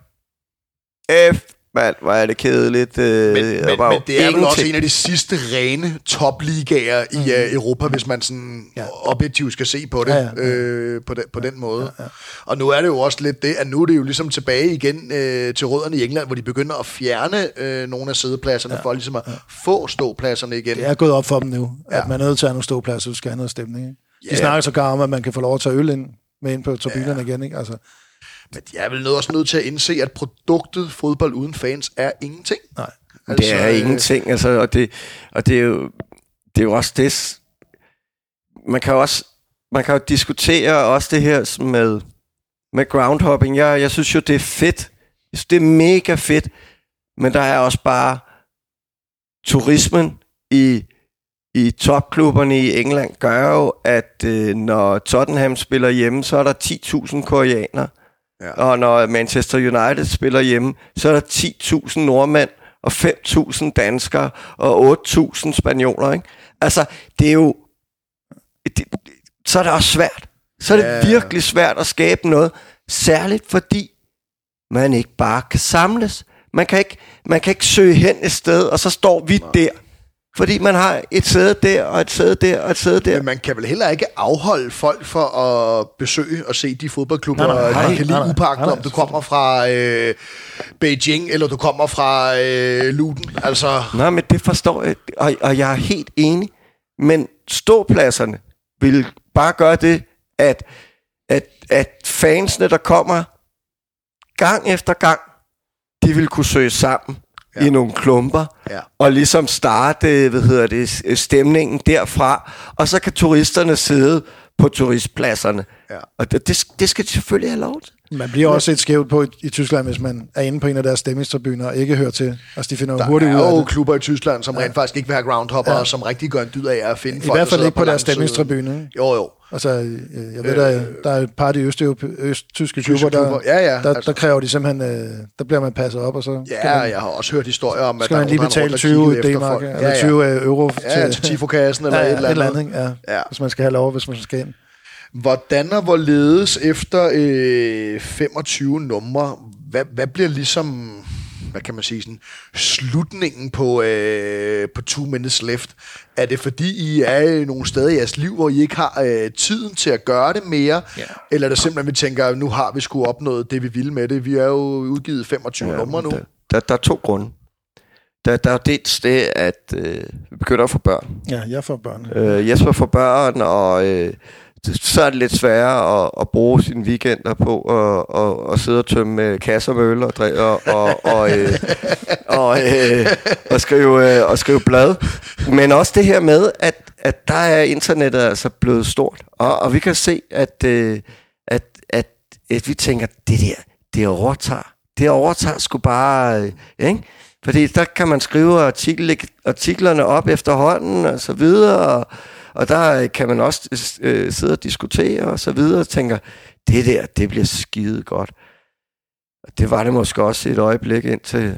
hvor er det kedeligt. Men det er vel også en af de sidste rene topligaer i Europa, hvis man sådan objektivt skal se på det, på den måde. Ja. Og nu er det jo også lidt det, at nu er det jo ligesom tilbage igen til rødderne i England, hvor de begynder at fjerne nogle af sædepladserne for ligesom at få ståpladserne igen. Det er gået op for dem nu, at man er nødt til at have nogle ståpladser, så skal have noget stemning. Ikke? De snakker så om, at man kan få lov at tage øl ind på turbinerne igen, ikke? Altså. Men jeg er vel også nødt til at indse, at produktet fodbold uden fans er ingenting. Nej, altså, det er ingenting. Altså, og det er jo også det. Man kan jo diskutere også det her med groundhopping. Jeg synes jo, det er fedt, Det er mega fedt, men der er også bare turismen i topklubberne i England gør jo, at når Tottenham spiller hjemme, så er der 10.000 koreanere. Ja. Og når Manchester United spiller hjemme, så er der 10.000 nordmænd, og 5.000 danskere, og 8.000 spanioler, ikke? Altså, det er jo... så er det også svært. Så er det virkelig svært at skabe noget, særligt fordi man ikke bare kan samles. Man kan ikke søge hen et sted, og så står vi der. Fordi man har et sæde der, og et sæde der, og et sæde der. Men man kan vel heller ikke afholde folk for at besøge og se de fodboldklubber, de kan lide upagtet, om du kommer fra Beijing, eller du kommer fra Luton. Altså. Nej, men det forstår jeg, og jeg er helt enig. Men ståpladserne vil bare gøre det, at fansene, der kommer gang efter gang, de vil kunne søge sammen i nogle klumper, og ligesom starte, stemningen derfra, og så kan turisterne sidde på turistpladserne. Ja. Og det skal de selvfølgelig have lov til. Man bliver også et skævt på i Tyskland, hvis man er inde på en af deres stemmingstribuner og ikke hører til. Altså, de finder jo hurtigt ud af det. Der er jo klubber i Tyskland, som rent faktisk ikke vil have groundhopper, og som rigtig gør en dyd af at finde folk. I hvert fald ikke på deres stemmingstribune. Jo. Altså, jeg ved, der er et par af de østtyske klubber, der kræver de simpelthen, der bliver man passet op, og så... Ja, jeg har også hørt historier om, at der man lige betale 20 D-mark, eller 20 euro til Tifo-kassen, eller et eller andet. Hvis man skal have lov, hvis man skal ind. Hvordan og hvorledes efter 25 numre, hvad bliver ligesom, hvad kan man sige, sådan, slutningen på 2 Minutes Left? Er det fordi, I er nogle steder i jeres liv, hvor I ikke har tiden til at gøre det mere? Ja. Eller er det simpelthen, vi tænker, nu har vi sgu opnået det, vi ville med det? Vi er jo udgivet 25 numre nu. Der er 2 grunde. Der er dels det, at vi begynder at få børn. Ja, jeg får børn. Jesper får børn, og... så er det lidt sværere at bruge sine weekender på at sidde og tømme kasser med øl og skrive blad. Men også det her med, at der er internettet altså blevet stort. Og vi kan se, at vi tænker, det overtager sgu bare... ikke? Fordi der kan man skrive artiklerne op efterhånden og så videre, og der kan man også sidde og diskutere og så videre, og tænker, det bliver skide godt. Og det var det måske også et øjeblik indtil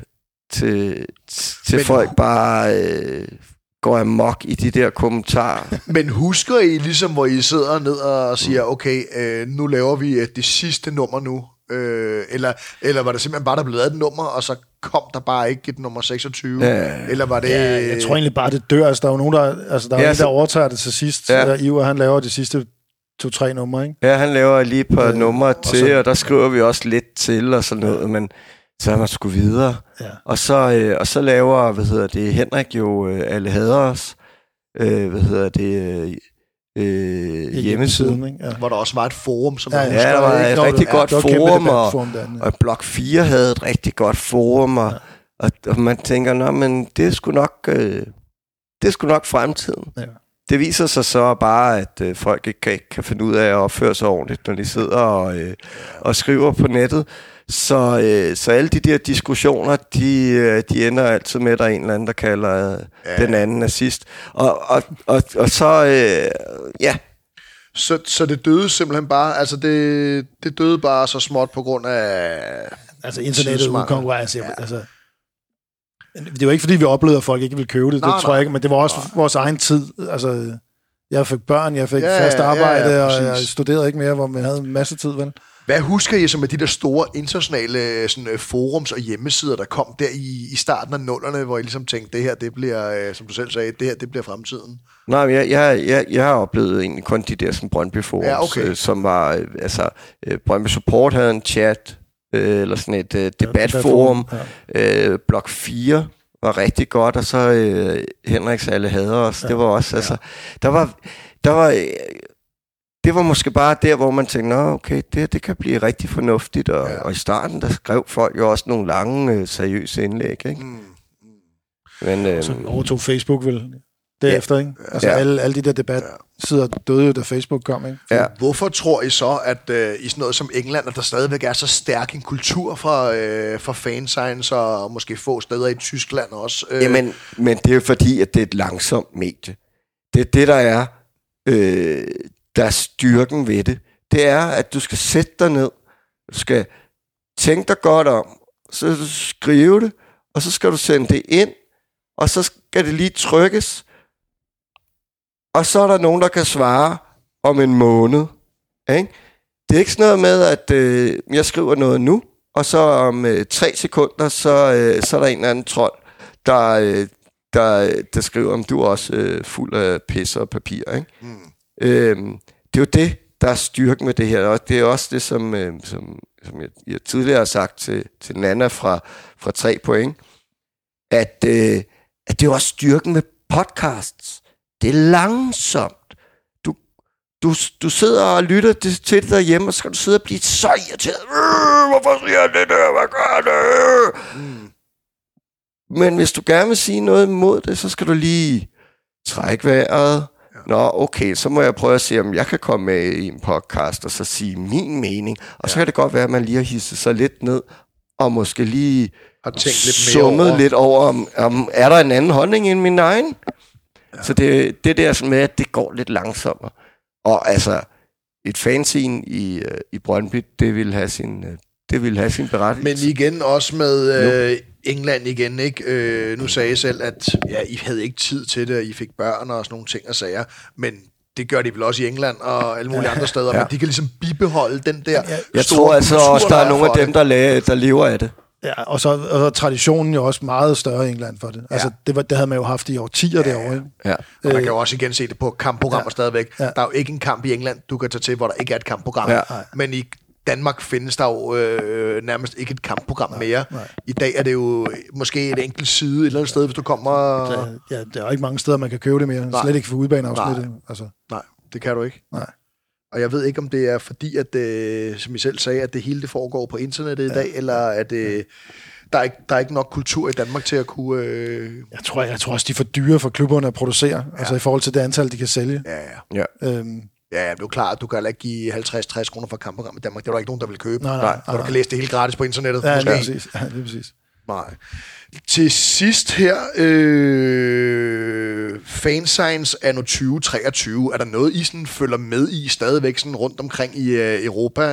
folk bare går amok i de der kommentarer. Men husker I ligesom, hvor I sidder ned og siger, okay, nu laver vi det sidste nummer nu? Eller var det simpelthen bare, der blev lavet et nummer, og så kom der bare ikke et nummer 26? Eller var det... Ja, jeg tror egentlig bare, det dør. Altså, der er jo nogen, der overtager det til sidst. Ja. Ivar, han laver de sidste 2-3 numre, ikke? Ja, han laver lige et par numre til, og der skriver vi også lidt til og sådan noget, men så er man sgu videre. Ja. Og så laver, Henrik jo Alle Haders, hjemmesiden, ikke? Ja. Hvor der også var et forum, som der var et rigtig godt forum, og Blok 4 havde et rigtig godt forum, og man tænker, men det er sgu nok fremtiden. Ja. Det viser sig så bare, at folk ikke kan finde ud af at opføre sig ordentligt, når de sidder og skriver på nettet. Så alle de der diskussioner, de ender altid med, at der er en eller anden, der kalder den anden nazist. Og så. Så det døde simpelthen bare, altså det døde bare så småt på grund af... Altså internettet udkonkurrence. Ja. Altså, det var ikke fordi, vi oplevede, at folk ikke ville købe det, tror jeg ikke, men det var også vores egen tid. Altså, jeg fik børn, jeg fik fast arbejde, og jeg studerede ikke mere, hvor man havde en masse tid, vel? Hvad husker I som af de der store internationale sådan, forums og hjemmesider, der kom der i starten af 00'erne, hvor I ligesom tænkte, det her, det bliver, som du selv sagde, det her, det bliver fremtiden? Nej, men jeg har oplevet egentlig kun de der sådan Brøndby forums, som var, Brøndby Support havde en chat, eller sådan et debatforum. Ja. Blok 4 var rigtig godt, og så Henriks Alle Haders, det var også, det var måske bare der, hvor man tænkte, okay, det kan blive rigtig fornuftigt, og i starten, der skrev folk jo også nogle lange, seriøse indlæg, ikke? Men så overtog Facebook vel derefter, ikke? Altså alle de der debatsider døde jo, da Facebook kom, ikke? Ja. Hvorfor tror I så, at i sådan noget som England, at der stadigvæk er så stærk en kultur for fansigns, og måske få steder i Tyskland også? Jamen, men det er jo fordi, at det er et langsomt medie. Det er det, der er styrken ved det. Det er, at du skal sætte dig ned, du skal tænke dig godt om, så du skrive det, og så skal du sende det ind, og så skal det lige trykkes, og så er der nogen, der kan svare om en måned. Ikke? Det er ikke sådan noget med, at jeg skriver noget nu, og så om 3 sekunder, så er der en eller anden trold, der skriver, om du er også fuld af pisse og papir. Ikke? Det er jo det, der er styrken med det her, og det er også det, som jeg tidligere har sagt til Nana fra 3 point, at det er også styrken med podcasts. Det er langsomt. Du sidder og lytter til det derhjemme, og så skal du sidde og blive så irriteret. Hvorfor siger jeg det der? Hvad gør det? Men hvis du gerne vil sige noget imod det, så skal du lige trække vejret. Nå, okay, så må jeg prøve at se, om jeg kan komme med i en podcast, og så sige min mening. Og så kan det godt være, at man lige har hisset sig lidt ned, og måske lige har tænkt lidt mere over. Lidt over, om er der en anden holdning end min egen? Ja. Så det der sådan med, at det går lidt langsommere. Og altså, et fanzine i Brøndby, det vil have sin berettigelse. Men igen også med England igen, ikke? Nu sagde jeg selv, at I havde ikke tid til det, og I fik børn og sådan nogle ting og sager, men det gør de vel også i England og alle mulige andre steder, men de kan ligesom bibeholde den der jeg tror altså også, der er nogle af dem, der lever af det. Ja, og så er traditionen jo også meget større i England for det. Altså, det havde man jo haft i årtier derovre. Ikke? Ja. Og man kan jo også igen se det på kampprogrammer stadigvæk. Ja. Der er jo ikke en kamp i England, du kan tage til, hvor der ikke er et kampprogram. Ja. Men i Danmark findes der jo nærmest ikke et kampprogram mere. Nej. I dag er det jo måske et enkelt side et eller andet sted, hvis du kommer... Der er ikke mange steder, man kan købe det mere. Nej. Slet ikke for udbaneafsnittet. Altså. Nej, det kan du ikke. Nej. Og jeg ved ikke, om det er fordi, at som I selv sagde, at det hele det foregår på internettet i dag, eller at der er ikke nok kultur i Danmark til at kunne... Jeg tror også, de er for dyre for klubberne at producere, altså i forhold til det antal, de kan sælge. Ja, det er jo klart, at du kan heller ikke give 50-60 kroner for et kampprogram i Danmark. Det er der ikke nogen, der vil købe. Nej. Og du kan læse det helt gratis på internettet. Ja, det er præcis. Ja, det er præcis. Nej. Til sidst her, fansigns anno 2023, er der noget, I sådan følger med i stadigvæk sådan rundt omkring i Europa?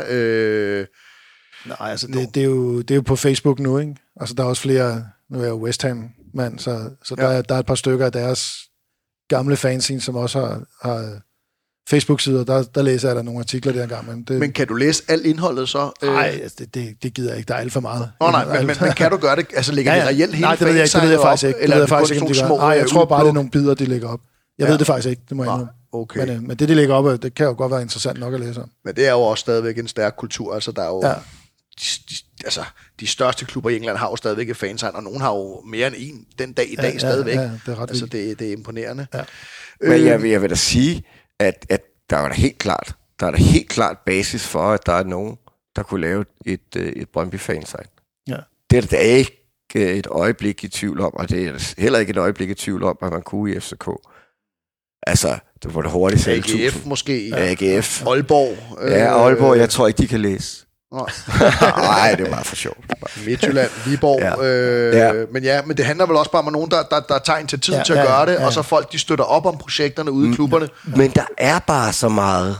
Nej, altså det er jo på Facebook nu, ikke? Altså der er også flere, nu er jeg jo West Ham-mand, så der er et par stykker af deres gamle fansigns, som også har Facebook-sider, der læser jeg der nogle artikler der engang. Men kan du læse alt indholdet så? Nej, det gider jeg ikke. Der er alt for meget. Men kan du gøre det? Altså lægger de reelt hele det ved jeg faktisk ikke. Eller det faktisk ikke, små, jeg tror bare, det er nogle bidder, de lægger op. Jeg ved det faktisk ikke, det må jeg indrømme. Okay. Men det, de lægger op, det kan jo godt være interessant nok at læse om. Men det er jo også stadigvæk en stærk kultur. Altså, der er jo... Ja. De største klubber i England har jo stadigvæk et fansign, og nogen har jo mere end en den dag i dag stadigvæk. Ja, det er ret altså, det er imponerende. Ja. Men jeg vil da sige, at der er da helt klart basis for, at der er nogen, der kunne lave et Brøndby fansign. Ja. Det er da ikke et øjeblik i tvivl om, og det er heller ikke et øjeblik i tvivl om, at man kunne i FCK. Altså, det var det hurtigt selv. AGF måske. AGF. Aalborg. Aalborg, jeg tror ikke, de kan læse. Nej, det er bare for sjovt. Midtjylland, Viborg. Men det handler vel også bare om nogen, der tager initiativ til at gøre det, og så folk, de støtter op om projekterne ude i klubberne. Men der er bare så meget,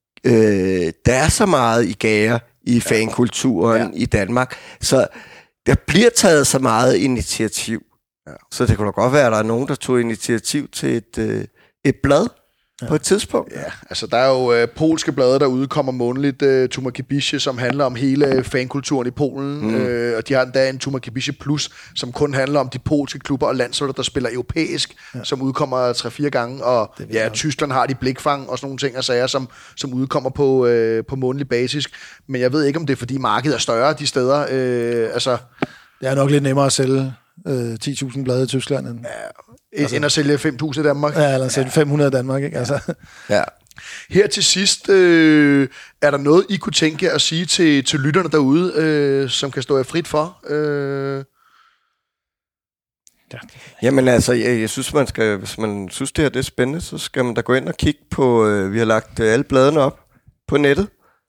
der er så meget i gære i fankulturen i Danmark, så der bliver taget så meget initiativ. Ja. Så det kunne da godt være, at der er nogen, der tog initiativ til et blad. På et tidspunkt. Ja, altså der er jo polske blade, der udkommer månedligt, Tuma Kibice, som handler om hele fankulturen i Polen, og de har endda en Tuma Kibice Plus, som kun handler om de polske klubber og landsholder, der spiller europæisk, som udkommer 3-4 gange, og Tyskland har de Blikfang og sådan nogle ting og sager, som udkommer på månedlig basis, men jeg ved ikke, om det er, fordi markedet er større de steder, altså... Det er nok lidt nemmere at sælge 10.000 blade i Tyskland end at sælge 5.000 i Danmark. Ja, eller sælge 500 i Danmark, ikke? Altså. Ja. Her til sidst, er der noget, I kunne tænke at sige til lytterne derude, som kan stå jer frit for? Jamen altså, jeg synes, hvis man synes, det her det er spændende, så skal man da gå ind og kigge på, vi har lagt alle bladene op på nettet,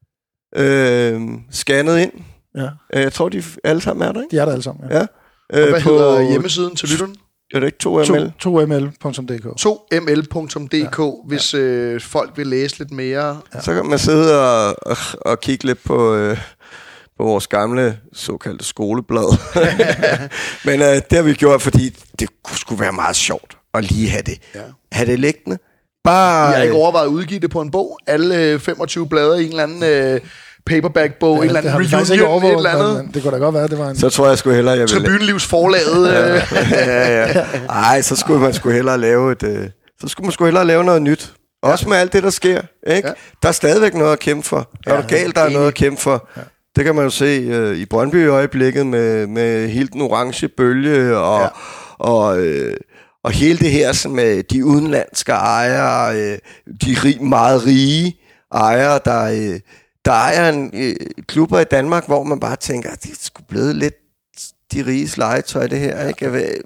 scannet ind. Ja. Jeg tror, de alle sammen er der, ikke? De er der alle sammen, ja. Og hvad hedder hjemmesiden til lytteren? Er det ikke 2ml? 2ml.dk 2ml.dk, hvis folk vil læse lidt mere. Ja. Så kan man sidde og kigge lidt på vores gamle såkaldte skoleblad. Men det har vi gjort, fordi det skulle være meget sjovt at lige have det. Ja. Have det liggende. Bare, jeg har ikke overvejet at udgive det på en bog. Alle 25 blader i en eller anden paperback-bog, en eller anden reunion, et eller andet. Det kunne da godt være, det var en... Så tror jeg sgu hellere, jeg ville... Tribunelivs forlaget. ja. Ej, så skulle man sgu hellere lave noget nyt. Også med alt det, der sker. Ikke? Ja. Der er stadigvæk noget at kæmpe for. Er du galt, der er noget at kæmpe for. Ja. Det kan man jo se i Brøndby i øjeblikket med hele den orange bølge og hele det her sådan med de udenlandske ejere, de meget rige ejere, der ejer klubber i Danmark, hvor man bare tænker, at det er sgu blevet lidt de riges legetøj, det her. Ikke?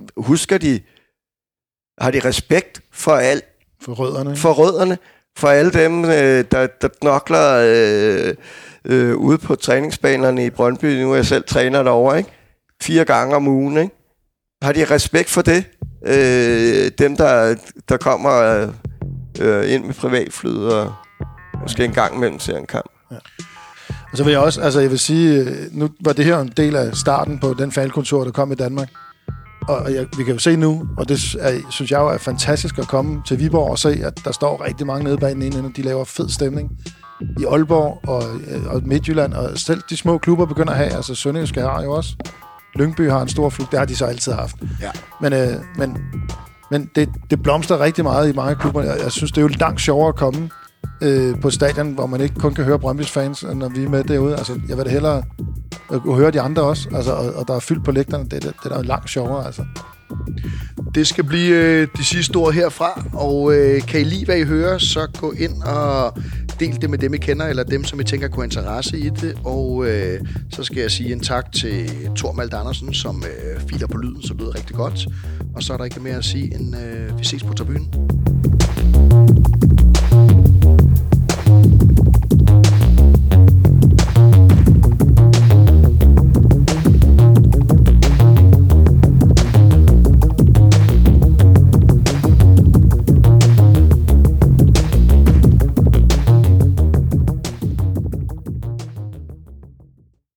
Har de respekt for alt? For rødderne. For rødderne. For alle dem, der knokler ude på træningsbanerne i Brøndby. Nu er jeg selv træner derovre, ikke? 4 gange om ugen, ikke? Har de respekt for det? Dem, der kommer ind med privatflyet og måske en gang imellem ser en kamp. Ja. Og så vil jeg også, jeg vil sige, nu var det her en del af starten på den fankultur, der kom i Danmark. Og vi kan jo se nu, og det synes jeg jo er fantastisk at komme til Viborg og se, at der står rigtig mange nede bag den ene ende, de laver fed stemning. I Aalborg og Midtjylland, og selv de små klubber begynder at have, altså Sønderjyske har jo også. Lyngby har en stor flug, det har de så altid haft. Ja. Men det blomster rigtig meget i mange klubber. Jeg synes, det er jo langt sjovere at komme på stadion, hvor man ikke kun kan høre Brøndbys fans, når vi er med derude. Altså, jeg vil da hellere høre de andre også, altså, og der er fyldt på lægterne. Det er da langt sjovere, altså. Det skal blive de sidste ord herfra, og kan I lide, hvad I hører, så gå ind og del det med dem, I kender, eller dem, som I tænker kunne have interesse i det. Og så skal jeg sige en tak til Thor Malt Andersen, som filer på lyden, så lyder rigtig godt. Og så er der ikke mere at sige, end vi ses på tribunen.